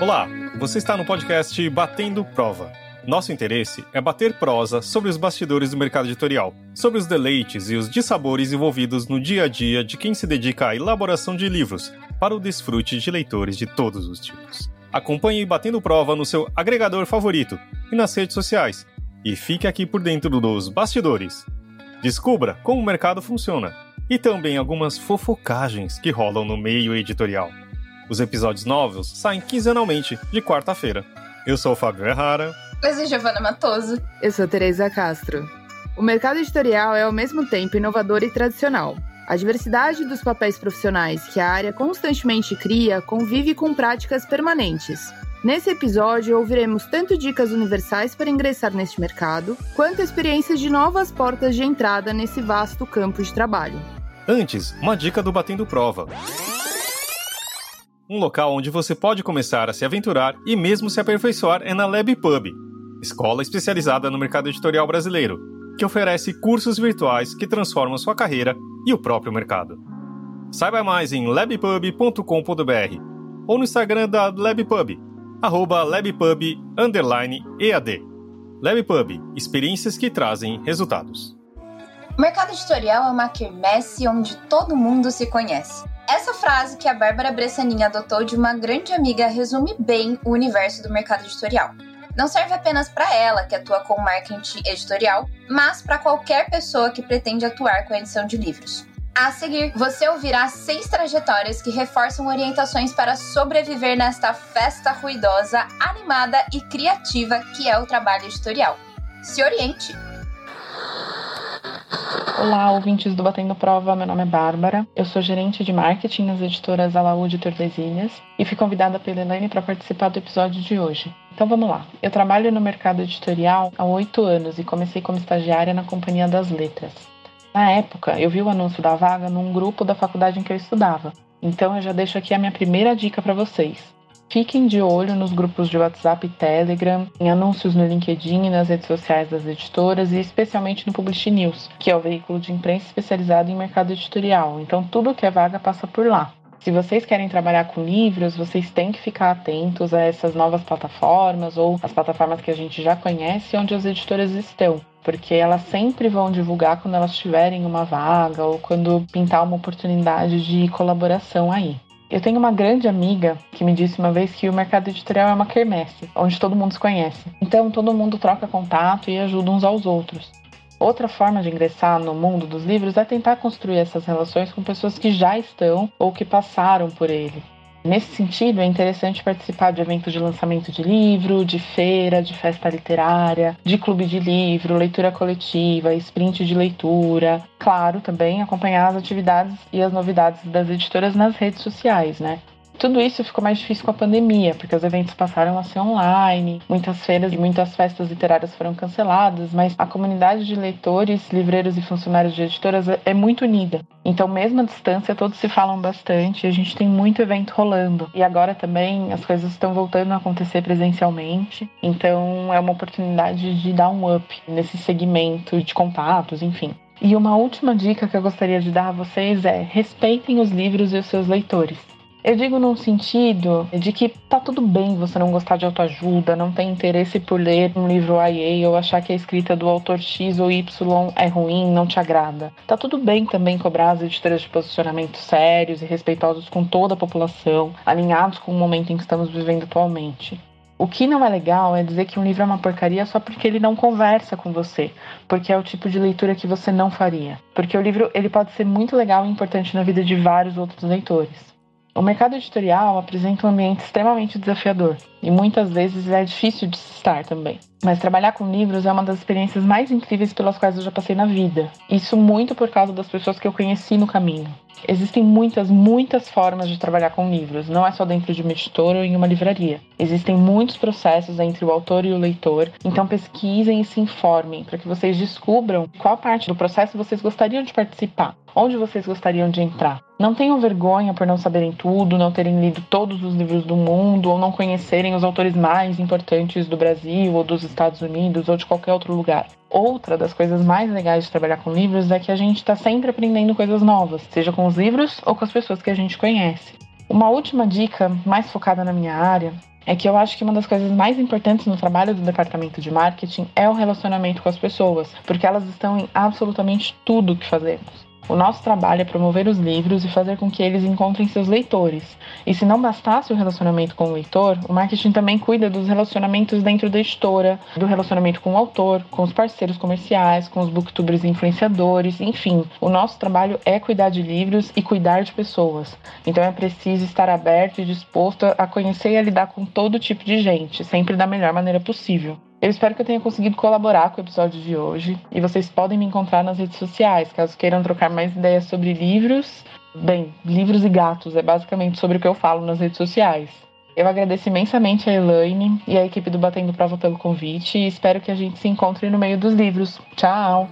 Olá, você está no podcast Batendo Prova. Nosso interesse é bater prosa sobre os bastidores do mercado editorial, sobre os deleites e os dissabores envolvidos no dia a dia de quem se dedica à elaboração de livros para o desfrute de leitores de todos os tipos. Acompanhe Batendo Prova no seu agregador favorito e nas redes sociais. E fique aqui por dentro dos bastidores. Descubra como o mercado funciona e também algumas fofocagens que rolam no meio editorial. Os episódios novos saem quinzenalmente, de quarta-feira. Eu sou o Fábio Errara. Eu sou Giovana Matoso. Eu sou Teresa Castro. O mercado editorial é ao mesmo tempo inovador e tradicional. A diversidade dos papéis profissionais que a área constantemente cria convive com práticas permanentes. Nesse episódio, ouviremos tanto dicas universais para ingressar neste mercado, quanto experiências de novas portas de entrada nesse vasto campo de trabalho. Antes, uma dica do Batendo Prova. Um local onde você pode começar a se aventurar e mesmo se aperfeiçoar é na LabPub, escola especializada no mercado editorial brasileiro, que oferece cursos virtuais que transformam sua carreira e o próprio mercado. Saiba mais em labpub.com.br ou no Instagram da LabPub, @labpub_EAD. LabPub, experiências que trazem resultados. O mercado editorial é uma quermesse onde todo mundo se conhece. Essa frase que a Bárbara Bressanin adotou de uma grande amiga resume bem o universo do mercado editorial. Não serve apenas para ela, que atua com marketing editorial, mas para qualquer pessoa que pretende atuar com a edição de livros. A seguir, você ouvirá 6 trajetórias que reforçam orientações para sobreviver nesta festa ruidosa, animada e criativa que é o trabalho editorial. Se oriente! Olá, ouvintes do Batendo Prova, meu nome é Bárbara, eu sou gerente de marketing nas editoras Alaúde e Tordesilhas e fui convidada pela Elaine para participar do episódio de hoje. Então vamos lá, eu trabalho no mercado editorial há 8 anos e comecei como estagiária na Companhia das Letras. Na época, eu vi o anúncio da vaga num grupo da faculdade em que eu estudava, então eu já deixo aqui a minha primeira dica para vocês. Fiquem de olho nos grupos de WhatsApp e Telegram, em anúncios no LinkedIn e nas redes sociais das editoras e especialmente no Publish News, que é o veículo de imprensa especializado em mercado editorial. Então tudo que é vaga passa por lá. Se vocês querem trabalhar com livros, vocês têm que ficar atentos a essas novas plataformas ou as plataformas que a gente já conhece onde as editoras estão, porque elas sempre vão divulgar quando elas tiverem uma vaga ou quando pintar uma oportunidade de colaboração aí. Eu tenho uma grande amiga que me disse uma vez que o mercado editorial é uma quermesse, onde todo mundo se conhece. Então todo mundo troca contato e ajuda uns aos outros. Outra forma de ingressar no mundo dos livros é tentar construir essas relações com pessoas que já estão ou que passaram por ele. Nesse sentido, é interessante participar de eventos de lançamento de livro, de feira, de festa literária, de clube de livro, leitura coletiva, sprint de leitura. Claro, também acompanhar as atividades e as novidades das editoras nas redes sociais, né? Tudo isso ficou mais difícil com a pandemia, porque os eventos passaram a ser online, muitas feiras e muitas festas literárias foram canceladas, mas a comunidade de leitores, livreiros e funcionários de editoras é muito unida. Então, mesmo à distância, todos se falam bastante e a gente tem muito evento rolando. E agora também as coisas estão voltando a acontecer presencialmente, então é uma oportunidade de dar um up nesse segmento de contatos, enfim. E uma última dica que eu gostaria de dar a vocês é: respeitem os livros e os seus leitores. Eu digo num sentido de que tá tudo bem você não gostar de autoajuda, não ter interesse por ler um livro YA ou achar que a escrita do autor X ou Y é ruim, não te agrada. Tá tudo bem também cobrar as editoras de posicionamentos sérios e respeitosos com toda a população, alinhados com o momento em que estamos vivendo atualmente. O que não é legal é dizer que um livro é uma porcaria só porque ele não conversa com você, porque é o tipo de leitura que você não faria. Porque o livro ele pode ser muito legal e importante na vida de vários outros leitores. O mercado editorial apresenta um ambiente extremamente desafiador e muitas vezes é difícil de se estar também. Mas trabalhar com livros é uma das experiências mais incríveis pelas quais eu já passei na vida. Isso muito por causa das pessoas que eu conheci no caminho. Existem muitas formas de trabalhar com livros, não é só dentro de uma editora ou em uma livraria. Existem muitos processos entre o autor e o leitor, então pesquisem e se informem para que vocês descubram qual parte do processo vocês gostariam de participar, onde vocês gostariam de entrar. Não tenham vergonha por não saberem tudo, não terem lido todos os livros do mundo ou não conhecerem os autores mais importantes do Brasil ou dos Estados Unidos ou de qualquer outro lugar. Outra das coisas mais legais de trabalhar com livros é que a gente está sempre aprendendo coisas novas, seja com os livros ou com as pessoas que a gente conhece. Uma última dica, mais focada na minha área, é que eu acho que uma das coisas mais importantes no trabalho do departamento de marketing é o relacionamento com as pessoas, porque elas estão em absolutamente tudo que fazemos. O nosso trabalho é promover os livros e fazer com que eles encontrem seus leitores. E se não bastasse o relacionamento com o leitor, o marketing também cuida dos relacionamentos dentro da editora, do relacionamento com o autor, com os parceiros comerciais, com os booktubers e influenciadores, enfim. O nosso trabalho é cuidar de livros e cuidar de pessoas. Então é preciso estar aberto e disposto a conhecer e a lidar com todo tipo de gente, sempre da melhor maneira possível. Eu espero que eu tenha conseguido colaborar com o episódio de hoje e vocês podem me encontrar nas redes sociais, caso queiram trocar mais ideias sobre livros. Bem, livros e gatos é basicamente sobre o que eu falo nas redes sociais. Eu agradeço imensamente a Elaine e a equipe do Batendo Prova pelo convite e espero que a gente se encontre no meio dos livros. Tchau!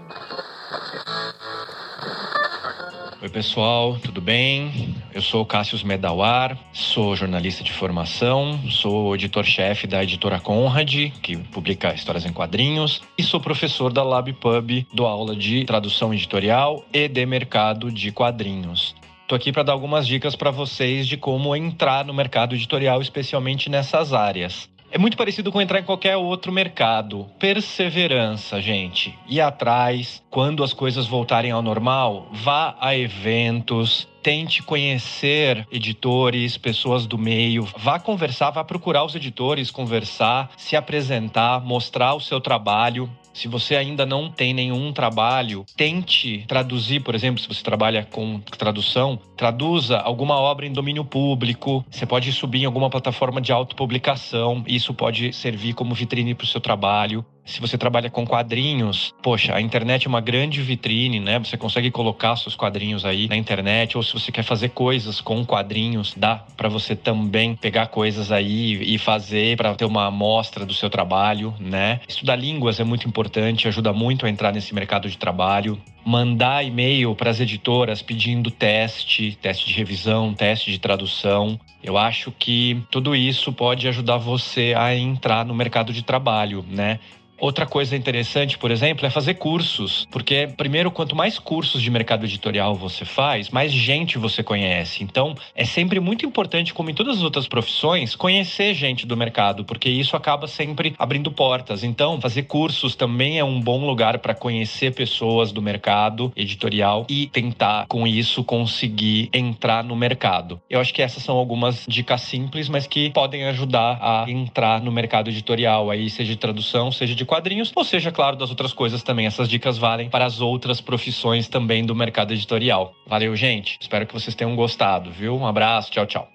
Oi pessoal, tudo bem? Eu sou o Cássio Medawar, sou jornalista de formação, sou editor-chefe da editora Conrad, que publica histórias em quadrinhos, e sou professor da LabPub, dou aula de tradução editorial e de mercado de quadrinhos. Estou aqui para dar algumas dicas para vocês de como entrar no mercado editorial, especialmente nessas áreas. É muito parecido com entrar em qualquer outro mercado. Perseverança, gente. Ir atrás, quando as coisas voltarem ao normal, vá a eventos, tente conhecer editores, pessoas do meio, vá conversar, vá procurar os editores, conversar, se apresentar, mostrar o seu trabalho. Se você ainda não tem nenhum trabalho, tente traduzir, por exemplo, se você trabalha com tradução, traduza alguma obra em domínio público. Você pode subir em alguma plataforma de autopublicação. Isso pode servir como vitrine para o seu trabalho. Se você trabalha com quadrinhos, poxa, a internet é uma grande vitrine, né? Você consegue colocar seus quadrinhos aí na internet, ou se você quer fazer coisas com quadrinhos, dá para você também pegar coisas aí e fazer para ter uma amostra do seu trabalho, né? Estudar línguas é muito importante, ajuda muito a entrar nesse mercado de trabalho. Mandar e-mail para as editoras pedindo teste de revisão, teste de tradução. Eu acho que tudo isso pode ajudar você a entrar no mercado de trabalho, né? Outra coisa interessante, por exemplo, é fazer cursos. Porque, primeiro, quanto mais cursos de mercado editorial você faz, mais gente você conhece. Então, é sempre muito importante, como em todas as outras profissões, conhecer gente do mercado, porque isso acaba sempre abrindo portas. Então, fazer cursos também é um bom lugar para conhecer pessoas do mercado editorial e tentar, com isso, conseguir entrar no mercado. Eu acho que essas são algumas dicas simples, mas que podem ajudar a entrar no mercado editorial, aí seja de tradução, seja de quadrinhos, ou seja, claro, das outras coisas também. Essas dicas valem para as outras profissões também do mercado editorial. Valeu, gente. Espero que vocês tenham gostado, viu? Um abraço, tchau, tchau.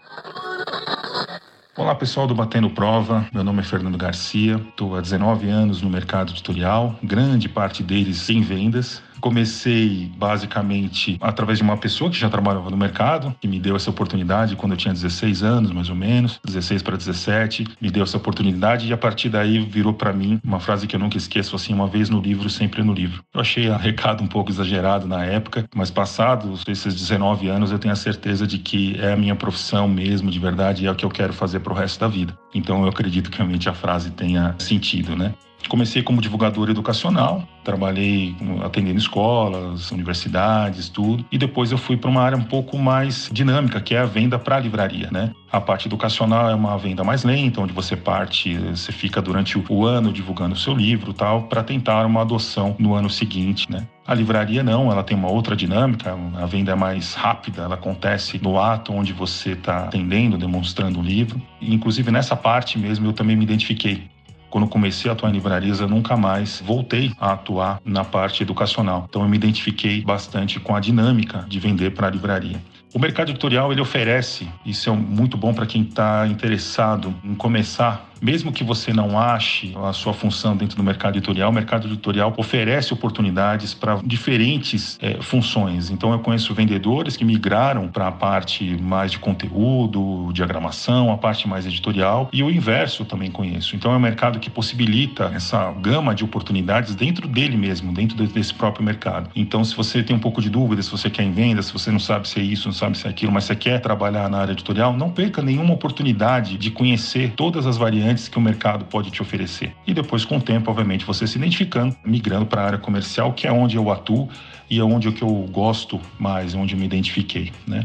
Olá pessoal do Batendo Prova, meu nome é Fernando Garcia, estou há 19 anos no mercado editorial, grande parte deles em vendas. Comecei basicamente através de uma pessoa que já trabalhava no mercado, que me deu essa oportunidade quando eu tinha 16 anos, mais ou menos, 16 para 17, me deu essa oportunidade e a partir daí virou para mim uma frase que eu nunca esqueço, assim, uma vez no livro, sempre no livro. Eu achei a recado um pouco exagerado na época, mas passados esses 19 anos eu tenho a certeza de que é a minha profissão mesmo, de verdade, e é o que eu quero fazer pro resto da vida. Então eu acredito que realmente a frase tenha sentido, né? Comecei como divulgador educacional, trabalhei atendendo escolas, universidades, tudo. E depois eu fui para uma área um pouco mais dinâmica, que é a venda para a livraria, né? A parte educacional é uma venda mais lenta, onde você fica durante o ano divulgando o seu livro e tal, para tentar uma adoção no ano seguinte, né? A livraria não, ela tem uma outra dinâmica, a venda é mais rápida, ela acontece no ato onde você está atendendo, demonstrando o livro. E, inclusive nessa parte mesmo eu também me identifiquei. Quando comecei a atuar em livrarias, eu nunca mais voltei a atuar na parte educacional. Então eu me identifiquei bastante com a dinâmica de vender para a livraria. O mercado editorial, ele oferece, isso é muito bom para quem está interessado em começar, mesmo que você não ache a sua função dentro do mercado editorial, o mercado editorial oferece oportunidades para diferentes funções. Então eu conheço vendedores que migraram para a parte mais de conteúdo, diagramação, a parte mais editorial, e o inverso também conheço. Então é um mercado que possibilita essa gama de oportunidades dentro dele mesmo, dentro desse próprio mercado. Então se você tem um pouco de dúvida, se você quer em venda, se você não sabe se é isso, não sabe se é aquilo, mas você quer trabalhar na área editorial, não perca nenhuma oportunidade de conhecer todas as variantes que o mercado pode te oferecer. E depois, com o tempo, obviamente, você se identificando, migrando para a área comercial, que é onde eu atuo e é onde que eu gosto mais, onde eu me identifiquei, né?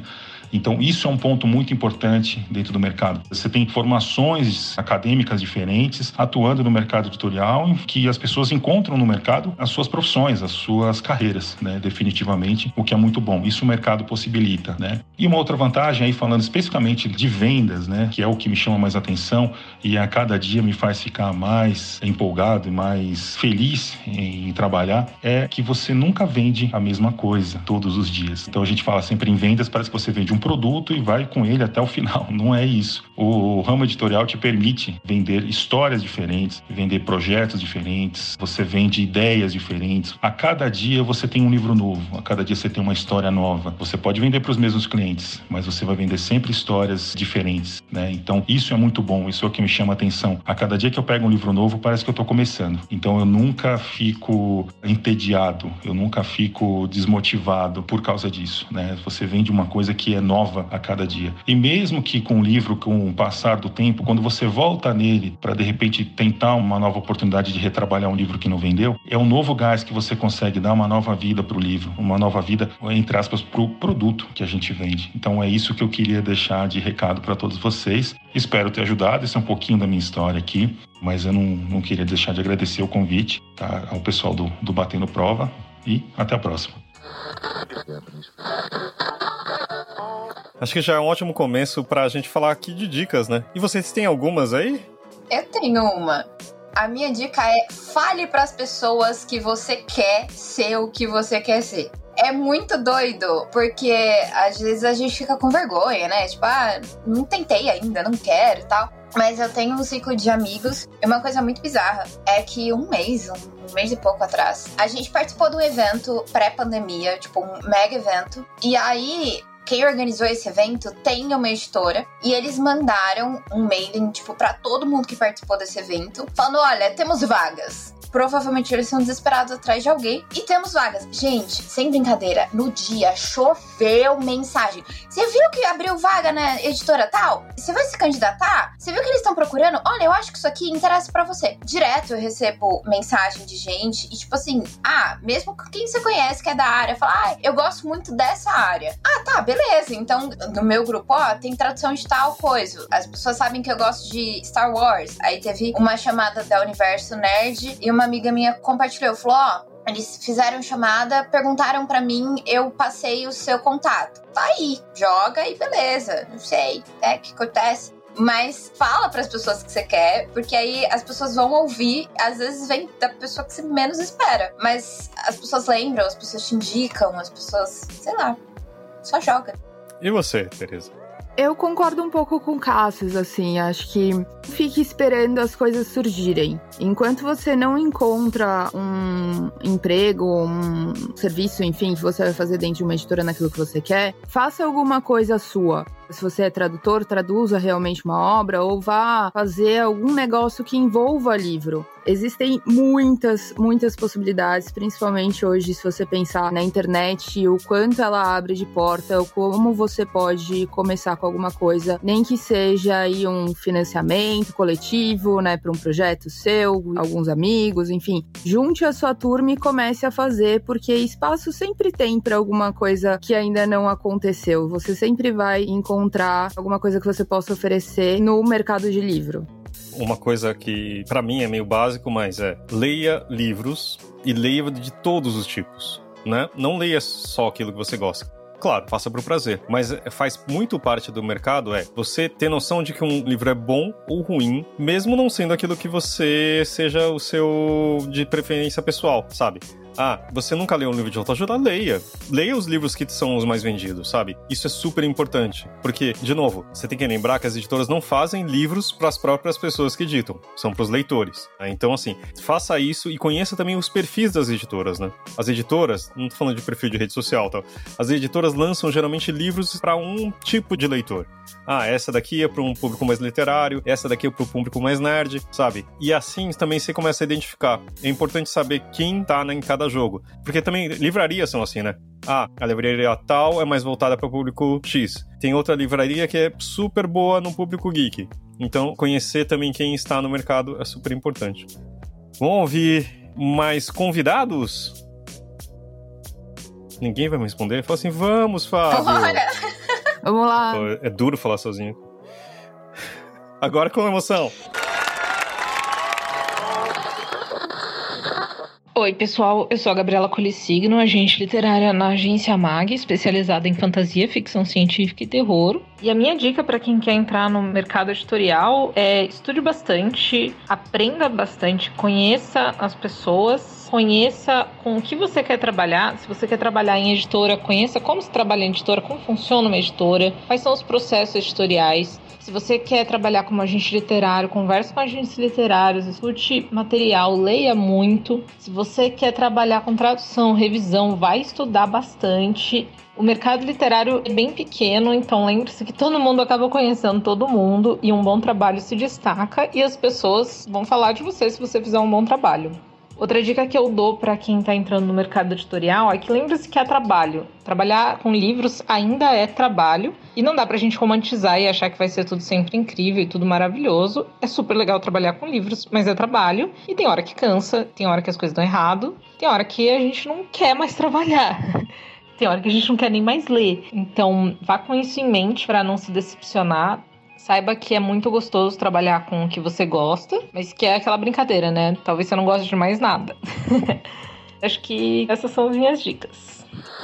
Então, isso é um ponto muito importante dentro do mercado. Você tem formações acadêmicas diferentes atuando no mercado editorial, em que as pessoas encontram no mercado as suas profissões, as suas carreiras, né? Definitivamente, o que é muito bom. Isso o mercado possibilita, né? E uma outra vantagem aí, falando especificamente de vendas, né? Que é o que me chama mais atenção e a cada dia me faz ficar mais empolgado e mais feliz em trabalhar, é que você nunca vende a mesma coisa todos os dias. Então a gente fala sempre em vendas, parece que você vende um produto e vai com ele até o final. Não é isso. O ramo editorial te permite vender histórias diferentes, vender projetos diferentes, você vende ideias diferentes. A cada dia você tem um livro novo, a cada dia você tem uma história nova. Você pode vender para os mesmos clientes, mas você vai vender sempre histórias diferentes, né? Então isso é muito bom, isso é o que me chama a atenção. A cada dia que eu pego um livro novo, parece que eu estou começando. Então eu nunca fico entediado, eu nunca fico desmotivado por causa disso, né? Você vende uma coisa que é nova a cada dia. E mesmo que com o livro, com o passar do tempo, quando você volta nele para de repente tentar uma nova oportunidade de retrabalhar um livro que não vendeu, é um novo gás que você consegue dar uma nova vida para o livro, uma nova vida, entre aspas, para o produto que a gente vende. Então é isso que eu queria deixar de recado para todos vocês. Espero ter ajudado, esse é um pouquinho da minha história aqui, mas eu não queria deixar de agradecer o convite, tá, ao pessoal do Batendo Prova, e até a próxima. Acho que já é um ótimo começo pra gente falar aqui de dicas, né? E vocês têm algumas aí? Eu tenho uma. A minha dica é: fale pras pessoas que você quer ser o que você quer ser. É muito doido, porque às vezes a gente fica com vergonha, né? Tipo, não tentei ainda, não quero e tal. Mas eu tenho um ciclo de amigos e uma coisa muito bizarra é que um mês e pouco atrás, a gente participou de um evento pré-pandemia, tipo um mega evento. E aí, quem organizou esse evento tem uma editora e eles mandaram um mailing, tipo, pra todo mundo que participou desse evento, falando: olha, temos vagas. Provavelmente eles são desesperados atrás de alguém e temos vagas. Gente, sem brincadeira, no dia choveu mensagem. Você viu que abriu vaga na editora tal? Você vai se candidatar? Você viu que eles estão procurando? Olha, eu acho que isso aqui interessa pra você. Direto eu recebo mensagem de gente e tipo assim, mesmo quem você conhece que é da área, fala: eu gosto muito dessa área. Tá, beleza. Então, no meu grupo, tem tradução de tal coisa. As pessoas sabem que eu gosto de Star Wars. Aí teve uma chamada da Universo Nerd e uma amiga minha compartilhou, falou: eles fizeram chamada, perguntaram pra mim, eu passei o seu contato. Tá aí, joga e beleza, não sei, o que acontece. Mas fala pras pessoas que você quer, porque aí as pessoas vão ouvir, às vezes vem da pessoa que você menos espera. Mas as pessoas lembram, as pessoas te indicam, as pessoas, sei lá, só joga. E você, Tereza? Eu concordo um pouco com o Cassius, assim, acho que fique esperando as coisas surgirem. Enquanto você não encontra um emprego, um serviço, enfim, que você vai fazer dentro de uma editora naquilo que você quer, faça alguma coisa sua. Se você é tradutor, traduza realmente uma obra ou vá fazer algum negócio que envolva livro. Existem muitas possibilidades, principalmente hoje, se você pensar na internet, o quanto ela abre de porta, ou como você pode começar com alguma coisa, nem que seja aí um financiamento coletivo, né, para um projeto seu, alguns amigos, enfim. Junte a sua turma e comece a fazer, porque espaço sempre tem para alguma coisa que ainda não aconteceu. Você sempre vai encontrar alguma coisa que você possa oferecer no mercado de livro. Uma coisa que pra mim é meio básico, mas leia livros e leia de todos os tipos, né? Não leia só aquilo que você gosta. Claro, faça por prazer, mas faz muito parte do mercado você ter noção de que um livro é bom ou ruim, mesmo não sendo aquilo que você seja o seu de preferência pessoal, sabe? Você nunca leu um livro de autoajuda? Leia. Leia os livros que são os mais vendidos, sabe? Isso é super importante. Porque, de novo, você tem que lembrar que as editoras não fazem livros para as próprias pessoas que editam. São para os leitores. Então, assim, faça isso e conheça também os perfis das editoras, né? As editoras, não tô falando de perfil de rede social, tá? As editoras lançam geralmente livros para um tipo de leitor. Essa daqui é para um público mais literário, essa daqui é para o público mais nerd, sabe? E assim também você começa a identificar. É importante saber quem tá em cada jogo. Porque também livrarias são assim, né? A livraria tal é mais voltada para o público X. Tem outra livraria que é super boa no público geek. Então, conhecer também quem está no mercado é super importante. Vamos ouvir mais convidados? Ninguém vai me responder? Fala assim: vamos, Fábio. Bora! Vamos lá. É duro falar sozinho. Agora com emoção. Oi, pessoal, eu sou a Gabriela Colissigno, agente literária na agência MAG, especializada em fantasia, ficção científica e terror. E a minha dica para quem quer entrar no mercado editorial é estude bastante, aprenda bastante, conheça as pessoas, conheça com o que você quer trabalhar. Se você quer trabalhar em editora, conheça como se trabalha em editora, como funciona uma editora, quais são os processos editoriais. Se você quer trabalhar como agente literário, converse com agentes literários, estude material, leia muito. Se você quer trabalhar com tradução, revisão, vai estudar bastante. O mercado literário é bem pequeno, então lembre-se que todo mundo acaba conhecendo todo mundo e um bom trabalho se destaca e as pessoas vão falar de você se você fizer um bom trabalho. Outra dica que eu dou para quem está entrando no mercado editorial é que lembre-se que é trabalho. Trabalhar com livros ainda é trabalho e não dá pra gente romantizar e achar que vai ser tudo sempre incrível e tudo maravilhoso. É super legal trabalhar com livros, mas é trabalho e tem hora que cansa, tem hora que as coisas dão errado, tem hora que a gente não quer mais trabalhar. Tem hora que a gente não quer nem mais ler. Então, vá com isso em mente para não se decepcionar. Saiba que é muito gostoso trabalhar com o que você gosta, mas que é aquela brincadeira, né? Talvez você não goste de mais nada. Acho que essas são as minhas dicas.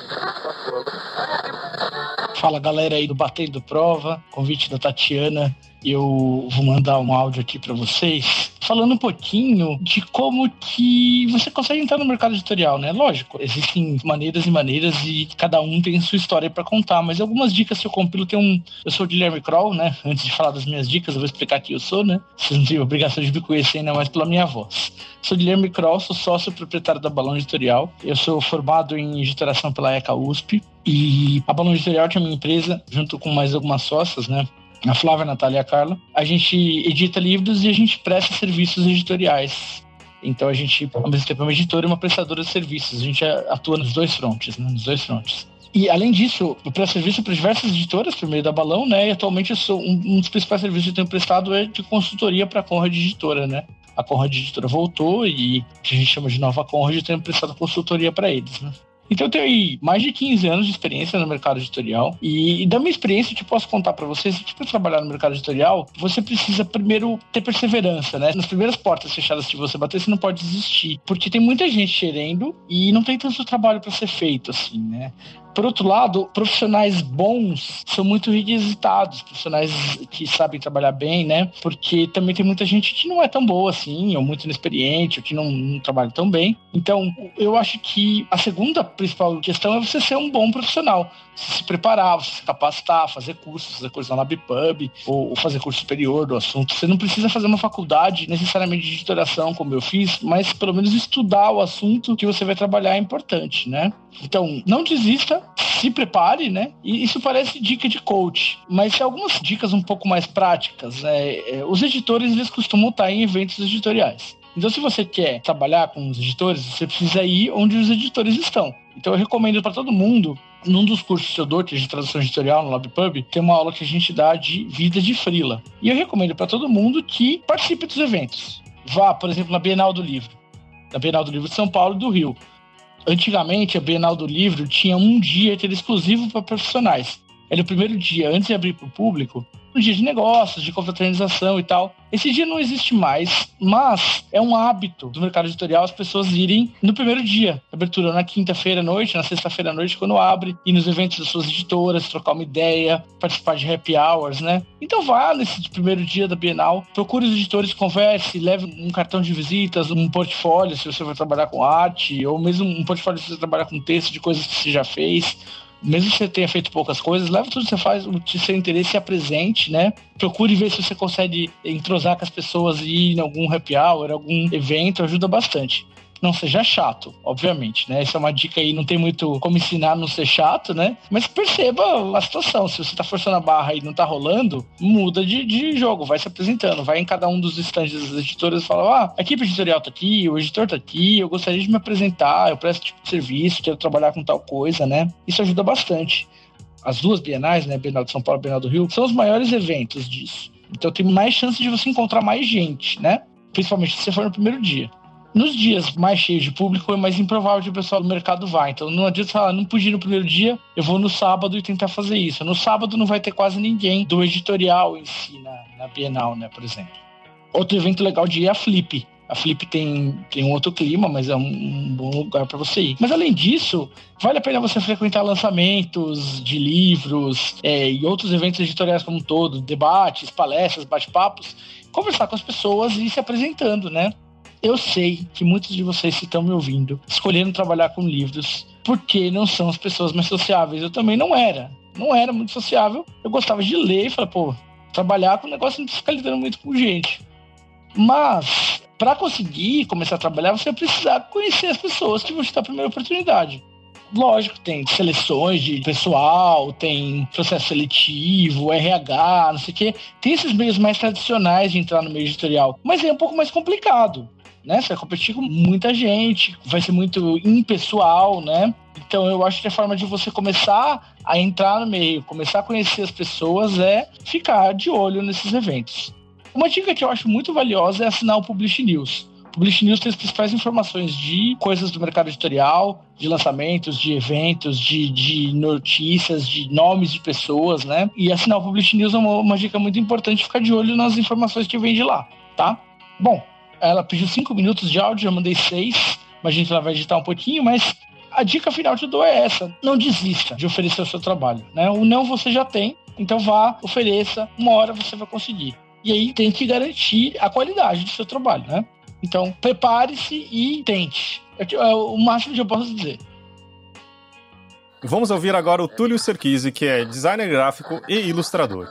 Fala, galera aí do Batendo Prova, convite da Tatiana. Eu vou mandar um áudio aqui para vocês, falando um pouquinho de como que você consegue entrar no mercado editorial, né? Lógico, existem maneiras e maneiras e cada um tem sua história para contar, mas algumas dicas que eu compilo Eu sou o Guilherme Kroll, né? Antes de falar das minhas dicas, eu vou explicar quem eu sou, né? Vocês não têm obrigação de me conhecer ainda mais pela minha voz. Sou Guilherme Kroll, sou sócio proprietário da Balão Editorial. Eu sou formado em editoração pela ECA USP e a Balão Editorial é minha empresa, junto com mais algumas sócias, né? A Flávia, a Natália e a Carla. A gente edita livros e a gente presta serviços editoriais. Então a gente, ao mesmo tempo, é uma editora e uma prestadora de serviços. A gente atua nos dois frontes, né? Nos dois frontes. E, além disso, eu presto serviço para diversas editoras por meio da Balão, né? E atualmente eu sou um dos principais serviços que eu tenho prestado é de consultoria para a Conrad Editora, né? A Conrad Editora voltou e que a gente chama de Nova Conrad, eu tenho prestado consultoria para eles, né? Então eu tenho aí mais de 15 anos de experiência no mercado editorial e da minha experiência eu te posso contar para vocês que para trabalhar no mercado editorial você precisa primeiro ter perseverança, né? Nas primeiras portas fechadas que você bater você não pode desistir, porque tem muita gente querendo e não tem tanto trabalho para ser feito assim, né? Por outro lado, profissionais bons são muito requisitados, profissionais que sabem trabalhar bem, né? Porque também tem muita gente que não é tão boa assim, ou muito inexperiente, ou que não trabalha tão bem. Então, eu acho que a segunda principal questão é você ser um bom profissional. Se preparar, você se capacitar, fazer cursos na LabPub, ou fazer curso superior do assunto. Você não precisa fazer uma faculdade necessariamente de editoração, como eu fiz, mas pelo menos estudar o assunto que você vai trabalhar é importante, né? Então, não desista, se prepare, né? E isso parece dica de coach, mas algumas dicas um pouco mais práticas. Os editores, eles costumam estar em eventos editoriais. Então, se você quer trabalhar com os editores, você precisa ir onde os editores estão. Então, eu recomendo para todo mundo, num dos cursos que eu dou, que é de tradução editorial no LabPub, tem uma aula que a gente dá de vida de freela. E eu recomendo para todo mundo que participe dos eventos. Vá, por exemplo, na Bienal do Livro. Na Bienal do Livro de São Paulo e do Rio. Antigamente, a Bienal do Livro tinha um dia que era exclusivo para profissionais. Era o primeiro dia, antes de abrir para o público, um dia de negócios, de confraternização e tal. Esse dia não existe mais, mas é um hábito do mercado editorial as pessoas irem no primeiro dia. Abertura na quinta-feira à noite, na sexta-feira à noite, quando abre, ir nos eventos das suas editoras, trocar uma ideia, participar de happy hours, né? Então vá nesse primeiro dia da Bienal, procure os editores, converse, leve um cartão de visitas, um portfólio, se você vai trabalhar com arte, ou mesmo um portfólio se você trabalhar com texto de coisas que você já fez. Mesmo que você tenha feito poucas coisas, leva tudo que você faz, o seu interesse e apresente, né? Procure ver se você consegue entrosar com as pessoas e ir em algum happy hour, algum evento, ajuda bastante. Não seja chato, obviamente, né? Essa é uma dica aí, não tem muito como ensinar a não ser chato, né? Mas perceba a situação. Se você tá forçando a barra e não tá rolando, muda de jogo, vai se apresentando, vai em cada um dos estandes das editoras e fala: a equipe editorial tá aqui, o editor tá aqui, eu gostaria de me apresentar, eu presto tipo de serviço, quero trabalhar com tal coisa, né? Isso ajuda bastante. As duas bienais, né? Bienal de São Paulo e Bienal do Rio, são os maiores eventos disso. Então tem mais chance de você encontrar mais gente, né? Principalmente se você for no primeiro dia. Nos dias mais cheios de público, é mais improvável que o pessoal do mercado vá. Então não adianta falar, não pude ir no primeiro dia, eu vou no sábado e tentar fazer isso. No sábado não vai ter quase ninguém do editorial em si, na Bienal, né, por exemplo. Outro evento legal de ir é a Flip. A Flip tem um outro clima, mas é um bom lugar para você ir. Mas além disso, vale a pena você frequentar lançamentos de livros e outros eventos editoriais como um todo, debates, palestras, bate-papos, conversar com as pessoas e ir se apresentando, né? Eu sei que muitos de vocês que estão me ouvindo escolheram trabalhar com livros porque não são as pessoas mais sociáveis. Eu também não era muito sociável. Eu gostava de ler e falei, trabalhar com o negócio não fica lidando muito com gente. Mas, para conseguir começar a trabalhar, você vai precisar conhecer as pessoas que vão te dar a primeira oportunidade. Lógico, tem seleções de pessoal, tem processo seletivo, RH, não sei o quê. Tem esses meios mais tradicionais de entrar no meio editorial, mas é um pouco mais complicado, né? Você vai competir com muita gente, vai ser muito impessoal, né? Então eu acho que a forma de você começar a entrar no meio, começar a conhecer as pessoas é ficar de olho nesses eventos. Uma dica que eu acho muito valiosa é assinar o Publish News. O Publish News tem as principais informações de coisas do mercado editorial, de lançamentos, de eventos, de notícias, de nomes de pessoas, né? E assinar o Publish News é uma dica muito importante, ficar de olho nas informações que vêm de lá, tá? Bom, ela pediu 5 minutos de áudio, eu mandei 6, imagino que ela vai editar um pouquinho, mas a dica final que eu dou é essa: não desista de oferecer o seu trabalho, né? O não você já tem, então vá, ofereça, uma hora você vai conseguir. E aí tem que garantir a qualidade do seu trabalho, né? Então, prepare-se e tente. É o máximo que eu posso dizer. Vamos ouvir agora o Túlio Serquisi, que é designer gráfico e ilustrador.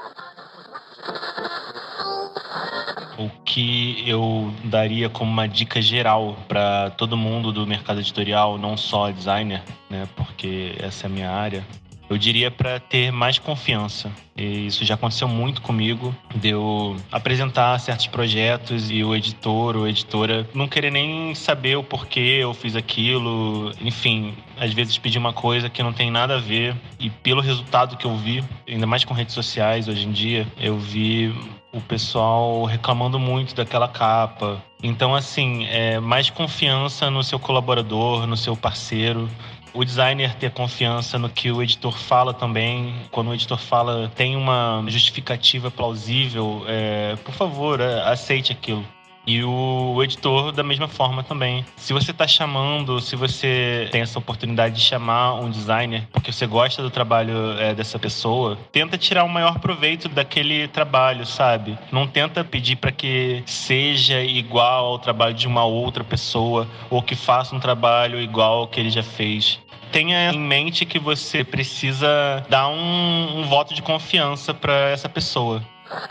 O que eu daria como uma dica geral para todo mundo do mercado editorial, não só designer, né? Porque essa é a minha área. Eu diria para ter mais confiança. E isso já aconteceu muito comigo, de eu apresentar certos projetos e o editor ou editora não querer nem saber o porquê eu fiz aquilo. Enfim, às vezes pedir uma coisa que não tem nada a ver. E pelo resultado que eu vi, ainda mais com redes sociais hoje em dia, eu vi o pessoal reclamando muito daquela capa. Então, assim, mais confiança no seu colaborador, no seu parceiro. O designer ter confiança no que o editor fala também. Quando o editor fala, tem uma justificativa plausível, por favor, aceite aquilo. E o editor da mesma forma também. Se você está chamando, se você tem essa oportunidade de chamar um designer porque você gosta do trabalho dessa pessoa, tenta tirar o maior proveito daquele trabalho, sabe? Não tenta pedir para que seja igual ao trabalho de uma outra pessoa ou que faça um trabalho igual ao que ele já fez. Tenha em mente que você precisa dar um voto de confiança para essa pessoa.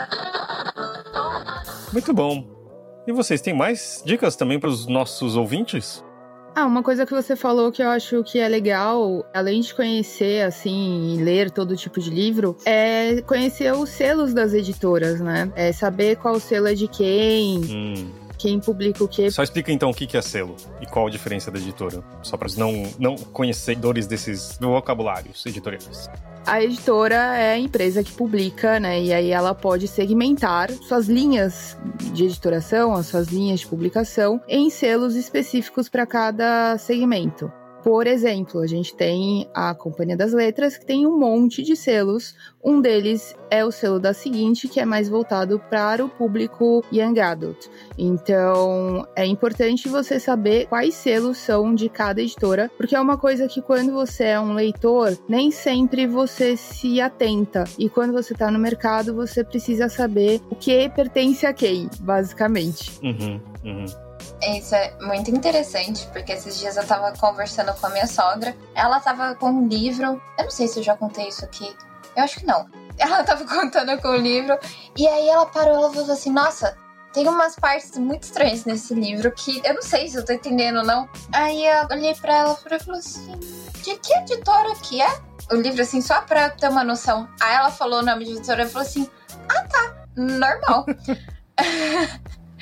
Muito bom. E vocês têm mais dicas também para os nossos ouvintes? Uma coisa que você falou que eu acho que é legal, além de conhecer, assim, e ler todo tipo de livro, é conhecer os selos das editoras, né? É saber qual selo é de quem publica o quê. Só explica então o que é selo e qual a diferença da editora, só para os não conhecedores desses vocabulários editoriais. A editora é a empresa que publica, né? E aí ela pode segmentar suas linhas de editoração, as suas linhas de publicação, em selos específicos para cada segmento. Por exemplo, a gente tem a Companhia das Letras, que tem um monte de selos. Um deles é o selo da Seguinte, que é mais voltado para o público Young Adult. Então, é importante você saber quais selos são de cada editora, porque é uma coisa que quando você é um leitor, nem sempre você se atenta. E quando você está no mercado, você precisa saber o que pertence a quem, basicamente. Isso é muito interessante, porque esses dias eu tava conversando com a minha sogra. Ela tava com um livro, eu não sei se eu já contei isso aqui, eu acho que não. Ela tava contando com o livro, e aí ela parou, ela falou assim, nossa, tem umas partes muito estranhas nesse livro que eu não sei se eu tô entendendo ou não. Aí eu olhei pra ela e falei assim, de que editora que é? O livro, assim, só pra ter uma noção. Aí ela falou o nome de editora e falou assim, tá, normal.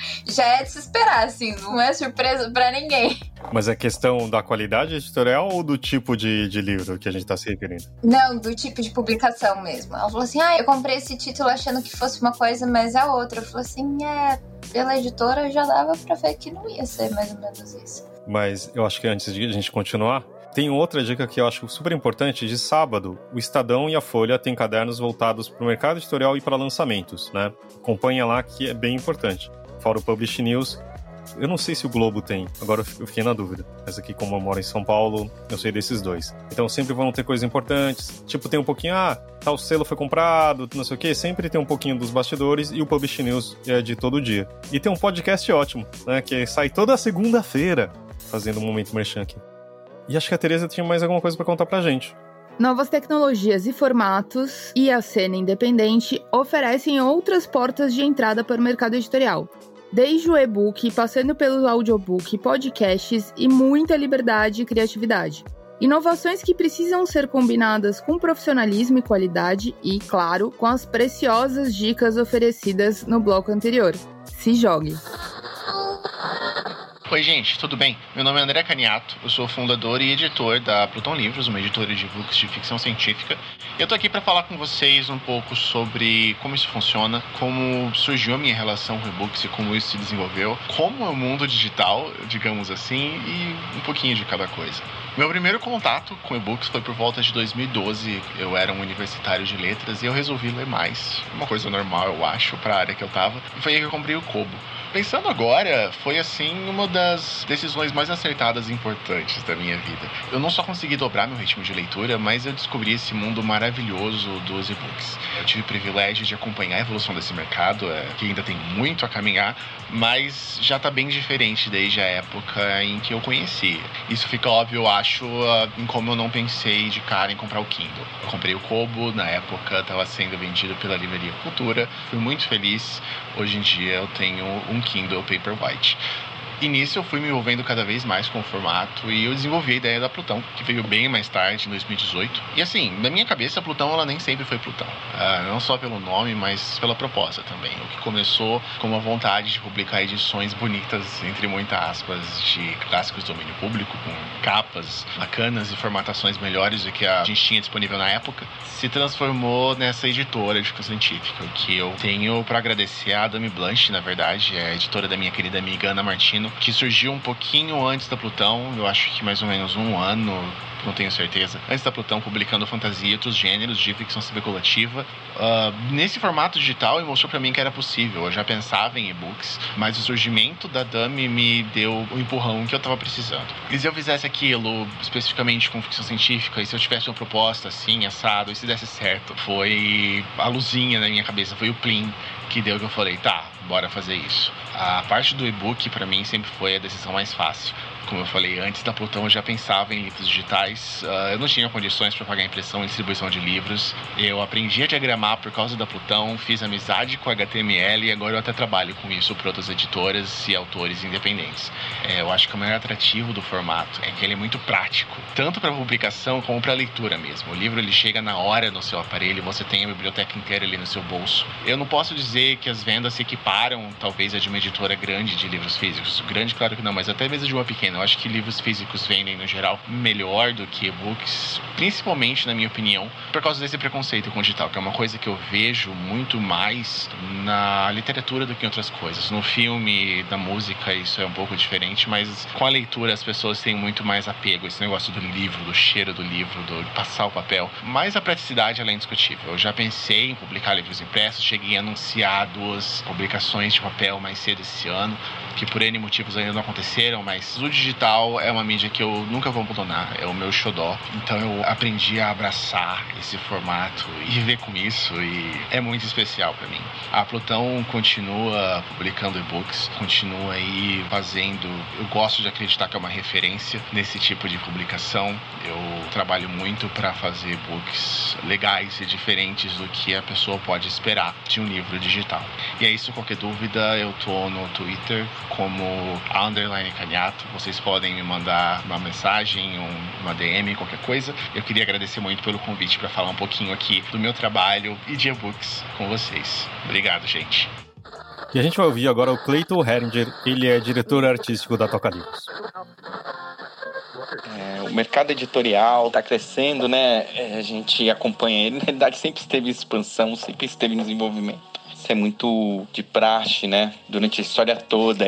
já é de se esperar, assim, não é surpresa pra ninguém. Mas é questão da qualidade editorial ou do tipo de livro que a gente tá se referindo? Não, do tipo de publicação mesmo. Ela falou assim, eu comprei esse título achando que fosse uma coisa, mas é outra. Eu falei assim, pela editora já dava pra ver que não ia ser mais ou menos isso. Mas eu acho que antes de a gente continuar, tem outra dica que eu acho super importante. De sábado, o Estadão e a Folha têm cadernos voltados para o mercado editorial e para lançamentos, né? Acompanha lá que é bem importante. Fora o Publish News, eu não sei se o Globo tem, agora eu fiquei na dúvida. Mas aqui, como eu moro em São Paulo, eu sei desses dois. Então sempre vão ter coisas importantes. Tipo, tem um pouquinho, tal selo foi comprado, não sei o quê. Sempre tem um pouquinho dos bastidores e o Publish News é de todo dia. E tem um podcast ótimo, né? Que sai toda segunda-feira, fazendo um momento merchan aqui. E acho que a Tereza tinha mais alguma coisa para contar pra gente. Novas tecnologias e formatos e a cena independente oferecem outras portas de entrada para o mercado editorial. Desde o e-book, passando pelo audiobook, podcasts e muita liberdade e criatividade. Inovações que precisam ser combinadas com profissionalismo e qualidade e, claro, com as preciosas dicas oferecidas no bloco anterior. Se jogue! Oi, gente, tudo bem? Meu nome é André Caniato, eu sou fundador e editor da Plutão Livros, uma editora de e-books de ficção científica. Eu tô aqui para falar com vocês um pouco sobre como isso funciona, como surgiu a minha relação com e-books e como isso se desenvolveu, como é o mundo digital, digamos assim, e um pouquinho de cada coisa. Meu primeiro contato com e-books foi por volta de 2012. Eu era um universitário de letras e eu resolvi ler mais. Uma coisa normal, eu acho, para a área que eu tava. E foi aí que eu comprei o Kobo. Pensando agora, foi assim uma das decisões mais acertadas e importantes da minha vida. Eu não só consegui dobrar meu ritmo de leitura, mas eu descobri esse mundo maravilhoso dos e-books. Eu tive o privilégio de acompanhar a evolução desse mercado, que ainda tem muito a caminhar, mas já está bem diferente desde a época em que eu conheci. Isso fica óbvio, eu acho, em como eu não pensei de cara em comprar o Kindle. Eu comprei o Kobo, na época estava sendo vendido pela Livraria Cultura, fui muito feliz. Hoje em dia eu tenho um Kindle Paperwhite. E nisso eu fui me envolvendo cada vez mais com o formato e eu desenvolvi a ideia da Plutão, que veio bem mais tarde, em 2018. E assim, na minha cabeça, a Plutão ela nem sempre foi Plutão. Não só pelo nome, mas pela proposta também. O que começou com uma vontade de publicar edições bonitas, entre muitas aspas, de clássicos do domínio público, com capas bacanas e formatações melhores do que a gente tinha disponível na época, se transformou nessa editora de ficção científica, que eu tenho para agradecer a Dame Blanche, na verdade, é a editora da minha querida amiga Ana Martino, que surgiu um pouquinho antes da Plutão, eu acho que mais ou menos um ano, não tenho certeza, antes da Plutão, publicando fantasia e outros gêneros de ficção especulativa. Nesse formato digital, ele mostrou pra mim que era possível. Eu já pensava em e-books, mas o surgimento da Dame me deu o empurrão que eu tava precisando. E se eu fizesse aquilo especificamente com ficção científica, e se eu tivesse uma proposta assim, assado, e se desse certo, foi a luzinha na minha cabeça, foi o plim que deu, que eu falei, tá, bora fazer isso. A parte do e-book, pra mim, sempre foi a decisão mais fácil. Como eu falei, antes da Plutão eu já pensava em livros digitais. Eu não tinha condições para pagar impressão e distribuição de livros. Eu aprendi a diagramar por causa da Plutão, fiz amizade com HTML e agora eu até trabalho com isso para outras editoras e autores independentes. Eu acho que o maior atrativo do formato é que ele é muito prático, tanto para publicação como para leitura mesmo. O livro ele chega na hora no seu aparelho, você tem a biblioteca inteira ali no seu bolso. Eu não posso dizer que as vendas se equiparam, talvez, a de uma editora grande de livros físicos. Grande, claro que não, mas até mesmo de uma pequena. Eu acho que livros físicos vendem, no geral, melhor do que e-books, principalmente, na minha opinião, por causa desse preconceito com o digital, que é uma coisa que eu vejo muito mais na literatura do que em outras coisas. No filme, na música, isso é um pouco diferente, mas com a leitura as pessoas têm muito mais apego, esse negócio do livro, do cheiro do livro, de passar o papel. Mas a praticidade ela é indiscutível. Eu já pensei em publicar livros impressos, cheguei a anunciar 2 publicações de papel mais cedo esse ano, que por N motivos ainda não aconteceram, mas o digital é uma mídia que eu nunca vou abandonar, é o meu xodó. Então eu aprendi a abraçar esse formato e viver com isso, e é muito especial para mim. A Plutão continua publicando e-books, continua aí fazendo... Eu gosto de acreditar que é uma referência nesse tipo de publicação. Eu trabalho muito para fazer e-books legais e diferentes do que a pessoa pode esperar de um livro digital. E é isso, qualquer dúvida, eu tô no Twitter como _Caniato. Vocês podem me mandar uma mensagem, uma DM, qualquer coisa. Eu queria agradecer muito pelo convite para falar um pouquinho aqui do meu trabalho e de e-books com vocês. Obrigado, gente. E a gente vai ouvir agora o Clayton Heringer, ele é diretor artístico da Toca Livros. O mercado editorial está crescendo, né? A gente acompanha ele. Na realidade, sempre esteve em expansão, sempre esteve em desenvolvimento. Isso é muito de praxe, né? Durante a história toda.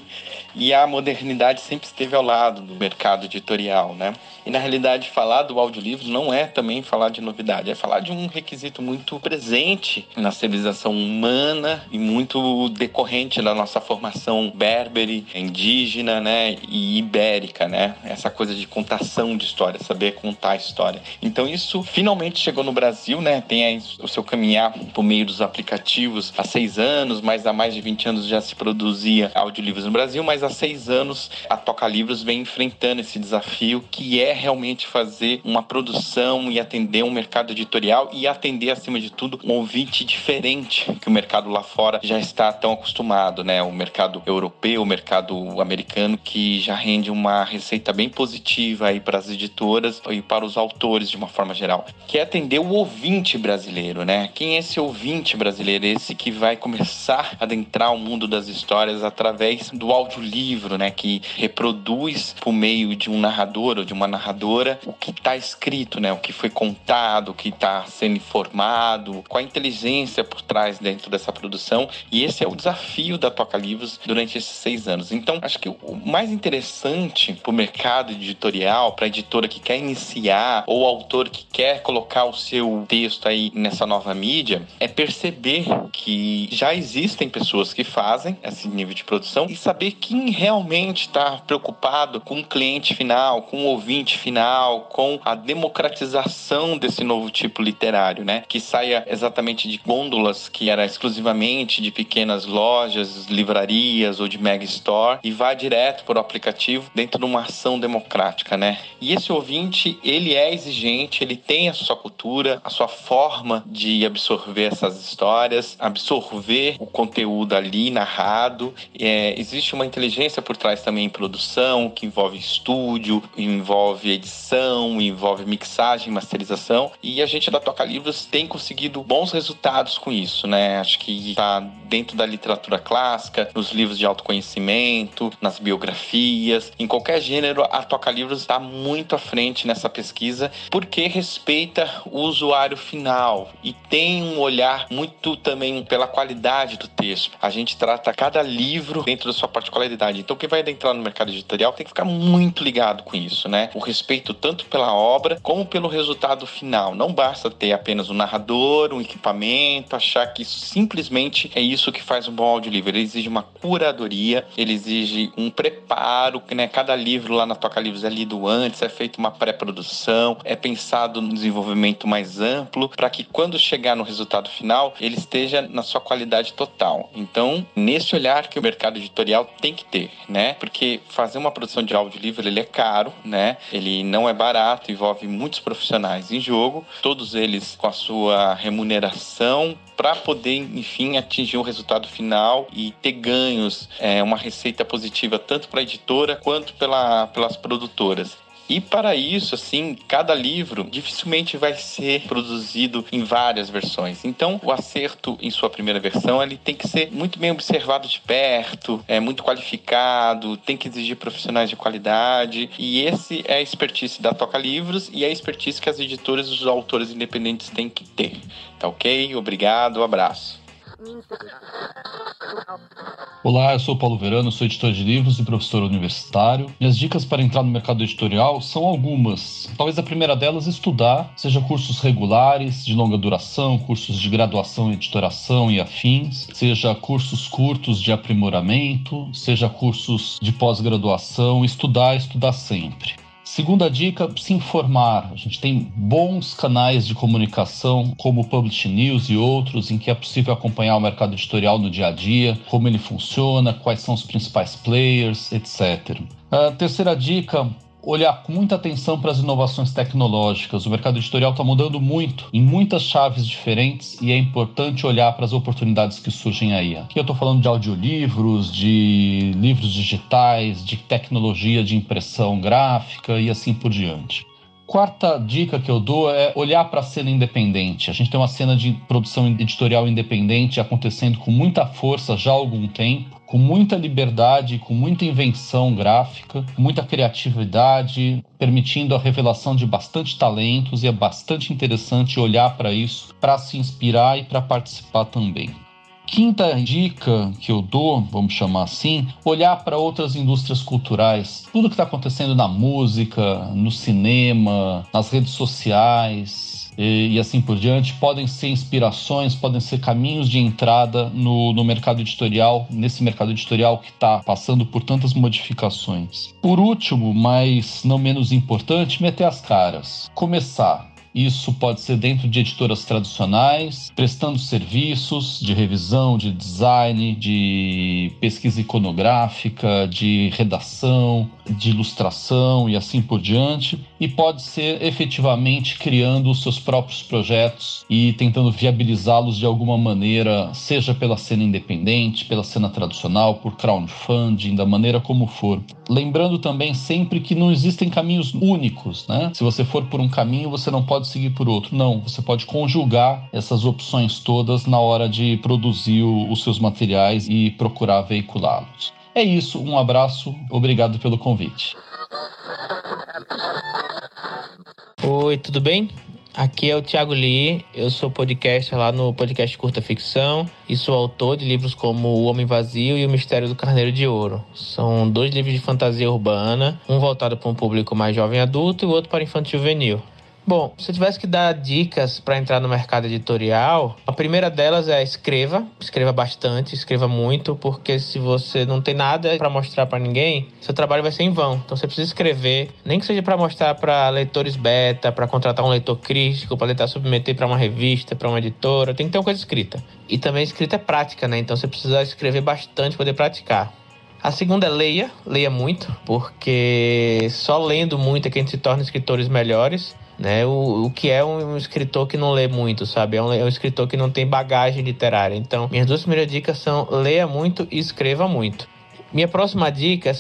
E a modernidade sempre esteve ao lado do mercado editorial, né? E, na realidade, falar do audiolivro não é também falar de novidade. É falar de um requisito muito presente na civilização humana e muito decorrente da nossa formação berbere, indígena, né? E ibérica, né? Essa coisa de contação de história, saber contar a história. Então, isso finalmente chegou no Brasil, né? Tem aí o seu caminhar por meio dos aplicativos há 6 anos, mas há mais de 20 anos já se produzia audiolivros no Brasil, mas há 6 anos a Toca Livros vem enfrentando esse desafio, que é realmente fazer uma produção e atender um mercado editorial e atender, acima de tudo, um ouvinte diferente que o mercado lá fora já está tão acostumado, né? O mercado europeu, o mercado americano, que já rende uma receita bem positiva aí para as editoras e para os autores de uma forma geral, que é atender o ouvinte brasileiro, né? Quem é esse ouvinte brasileiro? Esse que vai começar a adentrar o mundo das histórias através do audiolivro, né? Que reproduz por meio de um narrador ou de uma narradora o que está escrito, né? O que foi contado, o que está sendo informado, com a inteligência por trás dentro dessa produção. E esse é o desafio da Toca Livros durante esses 6 anos. Então, acho que o mais interessante para o mercado editorial, para a editora que quer iniciar ou autor que quer colocar o seu texto aí nessa nova mídia, é perceber que já existem pessoas que fazem esse nível de produção e saber quem realmente está preocupado com o cliente final, com o ouvinte final, com a democratização desse novo tipo literário, né? Que saia exatamente de gôndolas que era exclusivamente de pequenas lojas, livrarias ou de mega store e vá direto para o aplicativo dentro de uma ação democrática, né? E esse ouvinte, ele é exigente, ele tem a sua cultura, a sua forma de absorver essas histórias, absorver o conteúdo ali narrado. Existe uma inteligência por trás também em produção, que envolve estúdio, envolve edição, envolve mixagem, masterização, e a gente da Toca Livros tem conseguido bons resultados com isso, né? Acho que está dentro da literatura clássica, nos livros de autoconhecimento, nas biografias, em qualquer gênero, a Toca Livros está muito à frente nessa pesquisa, porque respeita o usuário final e tem um olhar muito também pela qualidade do texto. A gente trata cada livro dentro da sua particularidade. Então, quem vai adentrar no mercado editorial tem que ficar muito ligado com isso, né? O respeito tanto pela obra como pelo resultado final. Não basta ter apenas um narrador, um equipamento, achar que isso simplesmente é isso que faz um bom audiolivro. Ele exige uma curadoria, ele exige um preparo, né? Cada livro lá na Toca Livros é lido antes, é feita uma pré-produção, é pensado no desenvolvimento mais amplo, para que quando chegar no resultado final, ele esteja na sua qualidade total. Então, nesse olhar que o mercado editorial tem que ter, né? Porque fazer uma produção de audiolivro, ele é caro, né? Ele não é barato, envolve muitos profissionais em jogo, todos eles com a sua remuneração, para poder, enfim, atingir um resultado final e ter ganhos, uma receita positiva tanto para a editora quanto pelas produtoras. E para isso, assim, cada livro dificilmente vai ser produzido em várias versões. Então, o acerto em sua primeira versão, ele tem que ser muito bem observado de perto, muito qualificado, tem que exigir profissionais de qualidade. E esse é a expertise da Toca Livros e é a expertise que as editoras e os autores independentes têm que ter. Tá ok? Obrigado, abraço. Olá, eu sou Paulo Verano, sou editor de livros e professor universitário. Minhas dicas para entrar no mercado editorial são algumas. Talvez a primeira delas é estudar, seja cursos regulares, de longa duração, cursos de graduação em editoração e afins, seja cursos curtos de aprimoramento, seja cursos de pós-graduação, estudar sempre. Segunda dica, se informar. A gente tem bons canais de comunicação, como o Publish News e outros, em que é possível acompanhar o mercado editorial no dia a dia, como ele funciona, quais são os principais players, etc. A terceira dica, olhar com muita atenção para as inovações tecnológicas. O mercado editorial está mudando muito, em muitas chaves diferentes, e é importante olhar para as oportunidades que surgem aí. Aqui eu estou falando de audiolivros, de livros digitais, de tecnologia de impressão gráfica e assim por diante. Quarta dica que eu dou é olhar para a cena independente. A gente tem uma cena de produção editorial independente acontecendo com muita força já há algum tempo, com muita liberdade, com muita invenção gráfica, com muita criatividade, permitindo a revelação de bastante talentos, e é bastante interessante olhar para isso, para se inspirar e para participar também. Quinta dica que eu dou, vamos chamar assim, olhar para outras indústrias culturais. Tudo que está acontecendo na música, no cinema, nas redes sociais e assim por diante, podem ser inspirações, podem ser caminhos de entrada no mercado editorial, nesse mercado editorial que está passando por tantas modificações. Por último, mas não menos importante, meter as caras. Começar. Isso pode ser dentro de editoras tradicionais, prestando serviços de revisão, de design, de pesquisa iconográfica, de redação, de ilustração e assim por diante. E pode ser efetivamente criando os seus próprios projetos e tentando viabilizá-los de alguma maneira, seja pela cena independente, pela cena tradicional, por crowdfunding, da maneira como for. Lembrando também sempre que não existem caminhos únicos, né? Se você for por um caminho, você não pode seguir por outro. Não, você pode conjugar essas opções todas na hora de produzir os seus materiais e procurar veiculá-los. É isso, um abraço, obrigado pelo convite. Oi, tudo bem? Aqui é o Thiago Lee, eu sou podcaster lá no podcast Curta Ficção e sou autor de livros como O Homem Vazio e O Mistério do Carneiro de Ouro. São 2 livros de fantasia urbana, um voltado para um público mais jovem adulto e o outro para infantil juvenil. Bom, se eu tivesse que dar dicas para entrar no mercado editorial, a primeira delas é escreva bastante, escreva muito, porque se você não tem nada para mostrar para ninguém, seu trabalho vai ser em vão. Então você precisa escrever, nem que seja para mostrar para leitores beta, para contratar um leitor crítico, para tentar submeter para uma revista, para uma editora, tem que ter uma coisa escrita. E também escrita é prática, né? Então você precisa escrever bastante para poder praticar. A segunda é leia muito, porque só lendo muito é que a gente se torna escritores melhores. Né? O que é um escritor que não lê muito, sabe? É um escritor que não tem bagagem literária. Então, minhas 2 primeiras dicas são leia muito e escreva muito. Minha próxima dica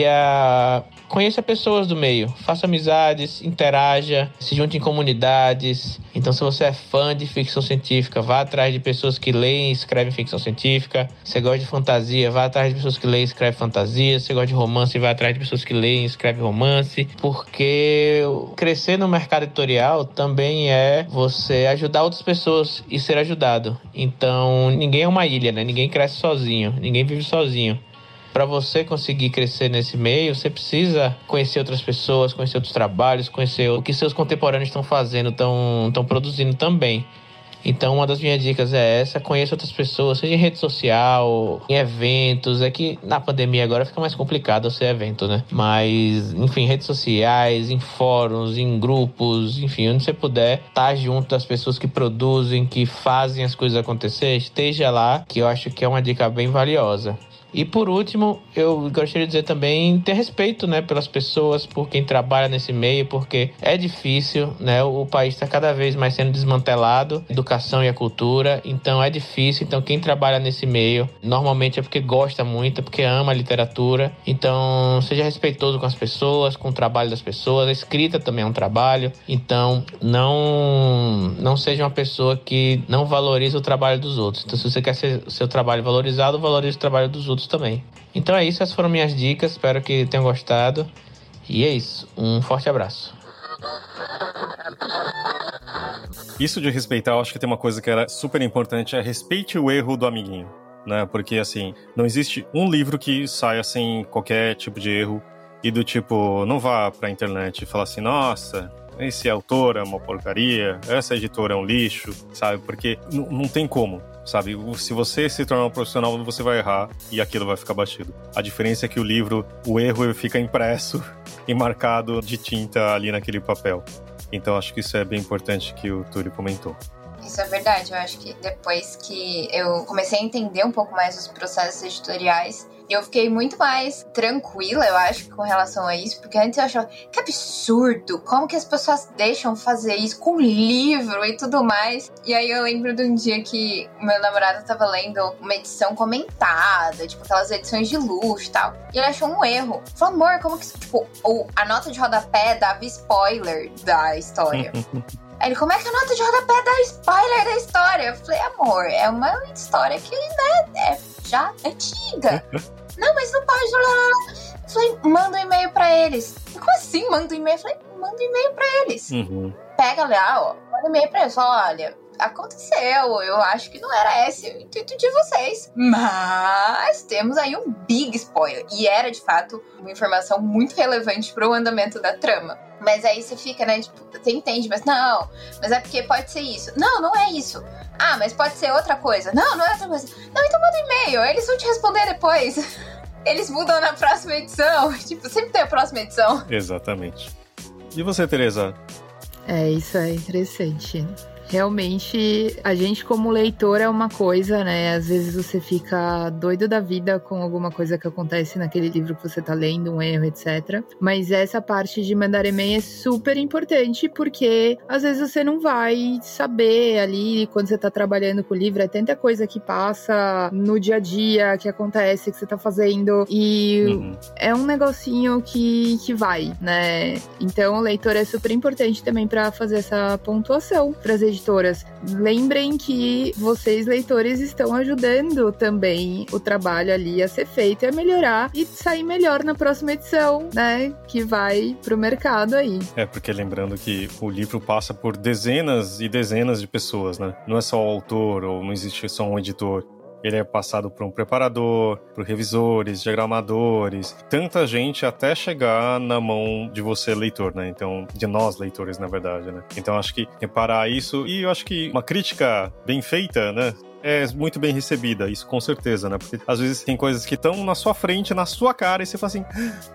seria conheça pessoas do meio, faça amizades, interaja, se junte em comunidades. Então, se você é fã de ficção científica, vá atrás de pessoas que leem e escrevem ficção científica. Se você gosta de fantasia, vá atrás de pessoas que leem e escrevem fantasia. Se você gosta de romance, vá atrás de pessoas que leem e escrevem romance. Porque crescer no mercado editorial também é você ajudar outras pessoas e ser ajudado. Então, ninguém é uma ilha, né? Ninguém cresce sozinho, ninguém vive sozinho. Para você conseguir crescer nesse meio, você precisa conhecer outras pessoas, conhecer outros trabalhos, conhecer o que seus contemporâneos estão fazendo, estão produzindo também. Então, uma das minhas dicas é essa: conheça outras pessoas, seja em rede social, em eventos. É que na pandemia agora fica mais complicado ser evento, né? Mas, enfim, redes sociais, em fóruns, em grupos, enfim, onde você puder estar junto das pessoas que produzem, que fazem as coisas acontecer, esteja lá, que eu acho que é uma dica bem valiosa. E por último, eu gostaria de dizer também ter respeito, né, pelas pessoas, por quem trabalha nesse meio, porque é difícil, né, o país está cada vez mais sendo desmantelado, a educação e a cultura, então é difícil. Então quem trabalha nesse meio, normalmente é porque gosta muito, é porque ama a literatura. Então seja respeitoso com as pessoas, com o trabalho das pessoas. A escrita também é um trabalho, então não seja uma pessoa que não valoriza o trabalho dos outros. Então se você quer ser seu trabalho valorizado, valorize o trabalho dos outros também. Então é isso, essas foram minhas dicas, espero que tenham gostado. E é isso, um forte abraço. Isso de respeitar, eu acho que tem uma coisa que era super importante, é respeite o erro do amiguinho, né? Porque assim, não existe um livro que saia sem qualquer tipo de erro e do tipo, não vá pra internet e falar assim, nossa, esse autor é uma porcaria, essa editora é um lixo, sabe? Porque não tem como. Sabe, se você se tornar um profissional, você vai errar e aquilo vai ficar batido. A diferença é que o livro, o erro fica impresso e marcado de tinta ali naquele papel. Então acho que isso é bem importante que o Túlio comentou. Isso é verdade, eu acho que depois que eu comecei a entender um pouco mais os processos editoriais, Eu fiquei muito mais tranquila, eu acho, com relação a isso, porque antes eu achava que absurdo, como que as pessoas deixam fazer isso com livro e tudo mais. E aí eu lembro de um dia que o meu namorado tava lendo uma edição comentada, tipo aquelas edições de luxo e tal, e ele achou um erro. Falou, amor, como que isso, tipo, a nota de rodapé dava spoiler da história. Aí ele, como é que a nota de rodapé dá spoiler da história? Eu falei, amor, é uma história que, né, é já antiga. Não, mas não pode. Eu falei, manda um e-mail pra eles. Como assim manda um e-mail? Eu falei, manda um e-mail pra eles. Pega lá, ó, manda um e-mail pra eles. Fala, olha, aconteceu, eu acho que não era esse o intuito de vocês, mas temos aí um big spoiler. E era, de fato, uma informação muito relevante pro andamento da trama. Mas aí você fica, né, tipo, você entende, mas não, mas é porque pode ser isso. Não, não é isso. Ah, mas pode ser outra coisa. Não, não é outra coisa. Não, então manda um e-mail, eles vão te responder depois. Eles mudam na próxima edição. Tipo, sempre tem a próxima edição. Exatamente. E você, Tereza? Isso é interessante. Realmente, a gente como leitor é uma coisa, né? Às vezes você fica doido da vida com alguma coisa que acontece naquele livro que você tá lendo, um erro, etc. Mas essa parte de mandar e-mail é super importante, porque às vezes você não vai saber ali, quando você tá trabalhando com o livro, é tanta coisa que passa no dia a dia, que acontece, que você tá fazendo, e é um negocinho que vai, né? Então, o leitor é super importante também pra fazer essa pontuação pras editoras. Lembrem que vocês, leitores, estão ajudando também o trabalho ali a ser feito e a melhorar e sair melhor na próxima edição, né? Que vai pro mercado aí. Porque lembrando que o livro passa por dezenas e dezenas de pessoas, né? Não é só o autor, ou não existe só um editor. Ele é passado por um preparador, por revisores, diagramadores, tanta gente até chegar na mão de você, leitor, né? Então, de nós, leitores, na verdade, né? Então, acho que reparar isso, e eu acho que uma crítica bem feita, né? É muito bem recebida, isso com certeza, né? Porque às vezes tem coisas que estão na sua frente, na sua cara, e você fala assim,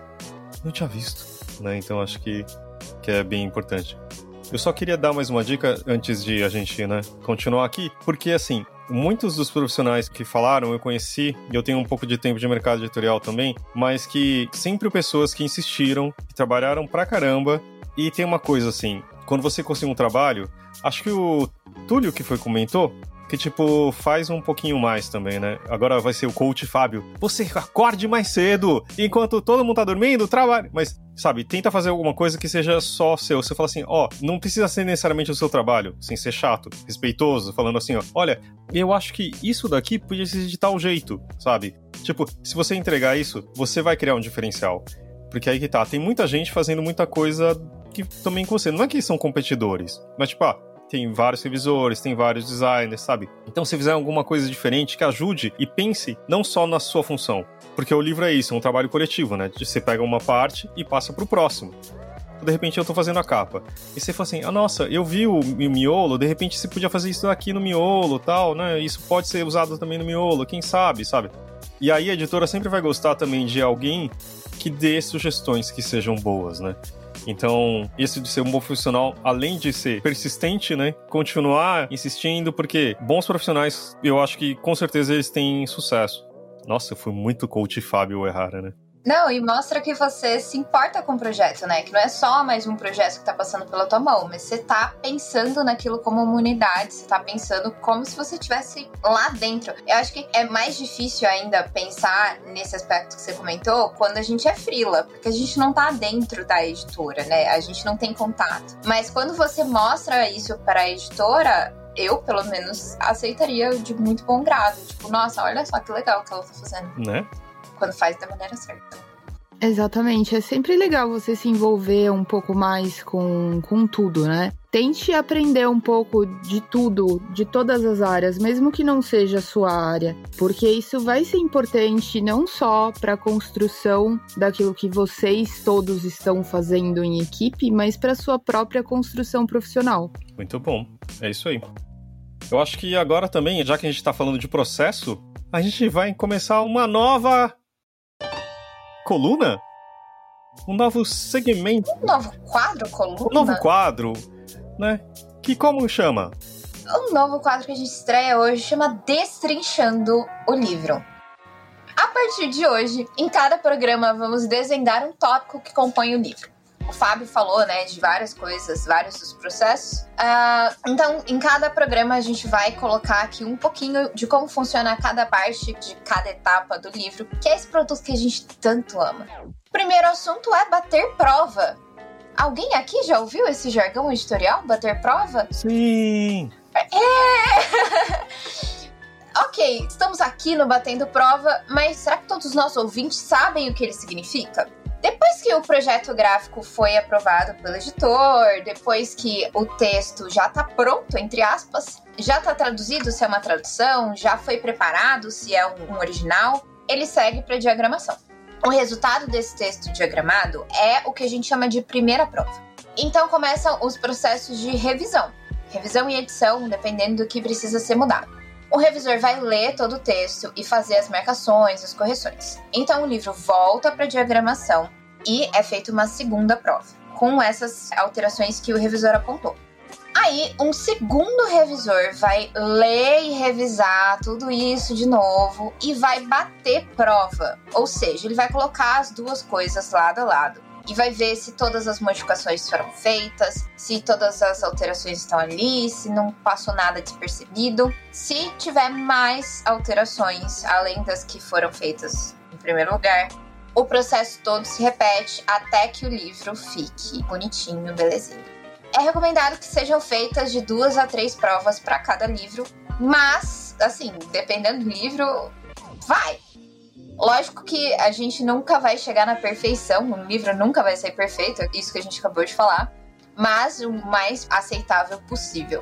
não tinha visto, né? Então, acho que é bem importante. Eu só queria dar mais uma dica antes de a gente, né, continuar aqui, porque, assim, muitos dos profissionais que falaram eu conheci, e eu tenho um pouco de tempo de mercado editorial também, mas que sempre pessoas que insistiram, que trabalharam pra caramba, e tem uma coisa assim, quando você consegue um trabalho, acho que o Túlio que comentou, que, tipo, faz um pouquinho mais também, né? Agora vai ser o coach Fábio. Você acorde mais cedo, enquanto todo mundo tá dormindo, trabalhe. Mas, sabe, tenta fazer alguma coisa que seja só seu. Você fala assim, não precisa ser necessariamente o seu trabalho, sem ser chato, respeitoso, falando assim, olha, eu acho que isso daqui podia ser de tal jeito, sabe? Tipo, se você entregar isso, você vai criar um diferencial. Porque aí que tá, tem muita gente fazendo muita coisa que também com você. Não é que são competidores, mas tipo, tem vários revisores, tem vários designers, sabe? Então, se fizer alguma coisa diferente que ajude e pense não só na sua função. Porque o livro é isso, é um trabalho coletivo, né? Você pega uma parte e passa pro próximo. De repente eu tô fazendo a capa. E você fala assim, nossa, eu vi o miolo, de repente você podia fazer isso aqui no miolo e tal, né? Isso pode ser usado também no miolo, quem sabe, sabe? E aí a editora sempre vai gostar também de alguém que dê sugestões que sejam boas, né? Então, esse de ser um bom profissional, além de ser persistente, né? Continuar insistindo, porque bons profissionais, eu acho que com certeza eles têm sucesso. Nossa, eu fui muito coach Fábio Errara, né? Não, e mostra que você se importa com o projeto, né? Que não é só mais um projeto que tá passando pela tua mão, mas você tá pensando naquilo como uma unidade, você tá pensando como se você estivesse lá dentro. Eu acho que é mais difícil ainda pensar nesse aspecto que você comentou quando a gente é freela, porque a gente não tá dentro da editora, né? A gente não tem contato. Mas quando você mostra isso para a editora, eu, pelo menos, aceitaria de muito bom grado. Tipo, nossa, olha só que legal que ela tá fazendo. Né? Quando faz da maneira certa. Exatamente, é sempre legal você se envolver um pouco mais com tudo, né? Tente aprender um pouco de tudo, de todas as áreas, mesmo que não seja a sua área, porque isso vai ser importante não só para a construção daquilo que vocês todos estão fazendo em equipe, mas para sua própria construção profissional. Muito bom, é isso aí. Eu acho que agora também, já que a gente está falando de processo, a gente vai começar uma nova coluna? Um novo segmento. Um novo quadro, coluna? Um novo quadro, né? Que como chama? Um novo quadro que a gente estreia hoje chama Destrinchando o Livro. A partir de hoje, em cada programa, vamos desvendar um tópico que compõe o livro. O Fábio falou, né, de várias coisas, vários dos processos. Então, em cada programa, a gente vai colocar aqui um pouquinho de como funciona cada parte de cada etapa do livro, que é esse produto que a gente tanto ama. O primeiro assunto é bater prova. Alguém aqui já ouviu esse jargão editorial, bater prova? Sim! Ok, estamos aqui no Batendo Prova, mas será que todos os nossos ouvintes sabem o que ele significa? Depois que o projeto gráfico foi aprovado pelo editor, depois que o texto já está pronto, entre aspas, já está traduzido se é uma tradução, já foi preparado se é um original, ele segue para diagramação. O resultado desse texto diagramado é o que a gente chama de primeira prova. Então começam os processos de revisão e edição, dependendo do que precisa ser mudado. O revisor vai ler todo o texto e fazer as marcações, as correções. Então o livro volta para a diagramação e é feita uma segunda prova, com essas alterações que o revisor apontou. Aí, um segundo revisor vai ler e revisar tudo isso de novo e vai bater prova. Ou seja, ele vai colocar as duas coisas lado a lado e vai ver se todas as modificações foram feitas, se todas as alterações estão ali, se não passou nada despercebido. Se tiver mais alterações, além das que foram feitas em primeiro lugar, o processo todo se repete até que o livro fique bonitinho, belezinho. É recomendado que sejam feitas de 2 a 3 provas para cada livro, mas, assim, dependendo do livro, vai. Lógico que a gente nunca vai chegar na perfeição, um livro nunca vai ser perfeito, é isso que a gente acabou de falar, mas o mais aceitável possível.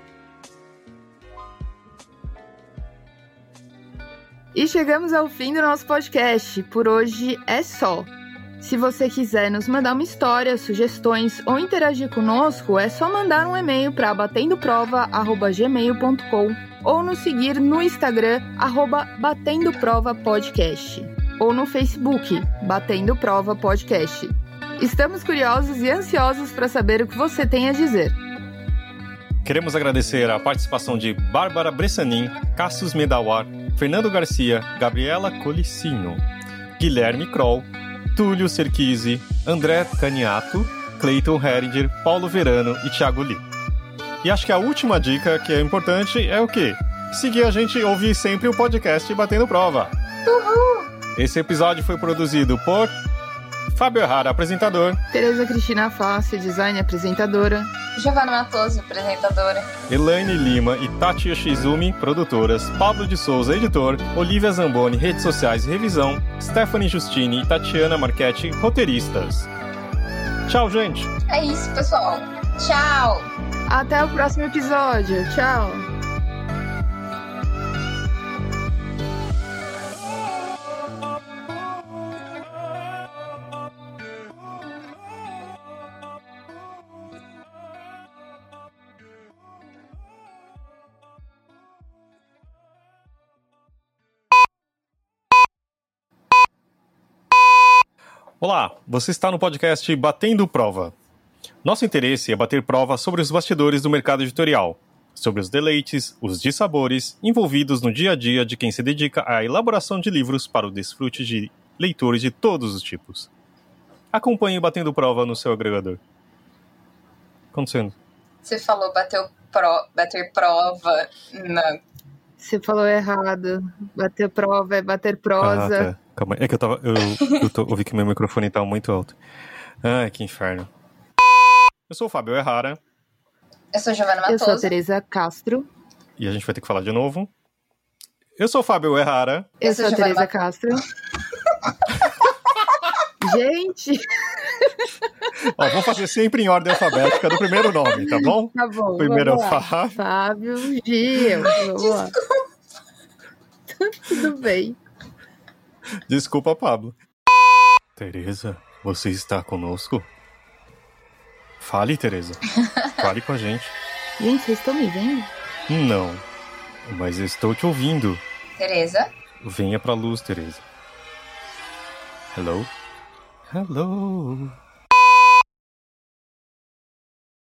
E chegamos ao fim do nosso podcast. Por hoje é só. Se você quiser nos mandar uma história, sugestões ou interagir conosco, é só mandar um e-mail para batendoprova@gmail.com ou nos seguir no Instagram, @batendoprovapodcast, ou no Facebook, Batendo Prova Podcast. Estamos curiosos e ansiosos para saber o que você tem a dizer. Queremos agradecer a participação de Bárbara Bressanin, Cassius Medawar, Fernando Garcia, Gabriela Colicino, Guilherme Kroll, Túlio Serquise, André Caniato, Cleiton Heringer, Paulo Verano e Thiago Lee. E acho que a última dica que é importante é o quê? Seguir a gente e ouvir sempre o podcast Batendo Prova. Uhul! Esse episódio foi produzido por Fábio Errara, apresentador. Tereza Cristina Fácil, design apresentadora. Giovana Matoso, apresentadora. Elaine Lima e Tati Yoshizumi, produtoras. Pablo de Souza, editor. Olivia Zamboni, redes sociais e revisão. Stephanie Justini e Tatiana Marchetti, roteiristas. Tchau, gente. É isso, pessoal. Tchau. Até o próximo episódio. Tchau. Olá, você está no podcast Batendo Prova. Nosso interesse é bater prova sobre os bastidores do mercado editorial, sobre os deleites, os dissabores envolvidos no dia a dia de quem se dedica à elaboração de livros para o desfrute de leitores de todos os tipos. Acompanhe Batendo Prova no seu agregador. Acontecendo. Você falou bater prova. Não. Você falou errado. Bater prova é bater prosa. Ah, tá. Calma aí. É que eu ouvi que meu microfone tá muito alto. Ai, que inferno. Eu sou o Fábio Errara. Eu sou a Giovana Matoso. Eu sou a Tereza Castro. E a gente vai ter que falar de novo. Eu sou o Fábio Errara. Eu sou a Tereza Castro. Gente! Ó, vamos fazer sempre em ordem alfabética do primeiro nome, tá bom? Tá bom. Primeiro é o Fábio. Fábio Gil. Vamos lá. Tudo bem. Desculpa, Pablo. Tereza, você está conosco? Fale, Tereza. Fale com a gente. Gente, vocês estão me vendo? Não, mas eu estou te ouvindo. Tereza? Venha pra luz, Tereza. Hello? Hello?